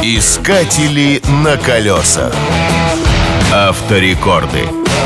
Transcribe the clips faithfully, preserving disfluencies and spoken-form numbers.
Искатели на колесах. Авторекорды.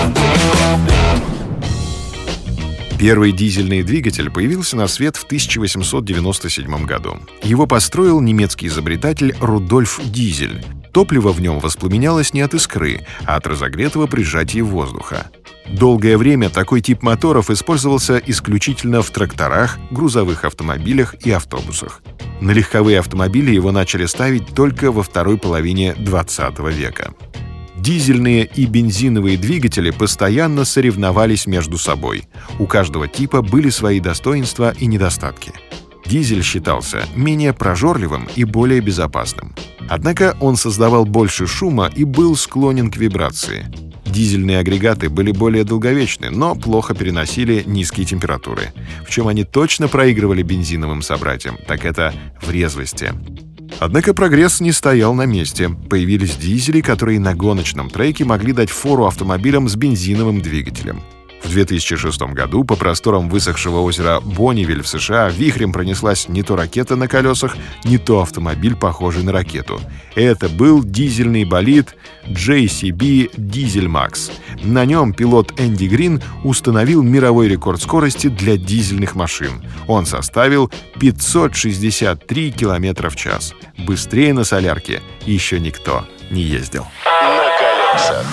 Первый дизельный двигатель появился на свет в тысяча восемьсот девяносто седьмом году. Его построил немецкий изобретатель Рудольф Дизель. Топливо в нем воспламенялось не от искры, а от разогретого при сжатии воздуха. Долгое время такой тип моторов использовался исключительно в тракторах, грузовых автомобилях и автобусах. На легковые автомобили его начали ставить только во второй половине двадцатого века. Дизельные и бензиновые двигатели постоянно соревновались между собой. У каждого типа были свои достоинства и недостатки. Дизель считался менее прожорливым и более безопасным. Однако он создавал больше шума и был склонен к вибрации. Дизельные агрегаты были более долговечны, но плохо переносили низкие температуры. В чем они точно проигрывали бензиновым собратьям, так это в резвости. Однако прогресс не стоял на месте. Появились дизели, которые на гоночном треке могли дать фору автомобилям с бензиновым двигателем. В две тысячи шестом году по просторам высохшего озера Бонневиль в США вихрем пронеслась не то ракета на колесах, не то автомобиль, похожий на ракету. Это был дизельный болид джей си би Diesel Max. На нем пилот Энди Грин установил мировой рекорд скорости для дизельных машин. Он составил пятьсот шестьдесят три километра в час. Быстрее на солярке еще никто не ездил. На колесах.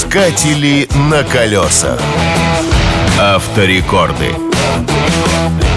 Искатели на колесах. Авторекорды.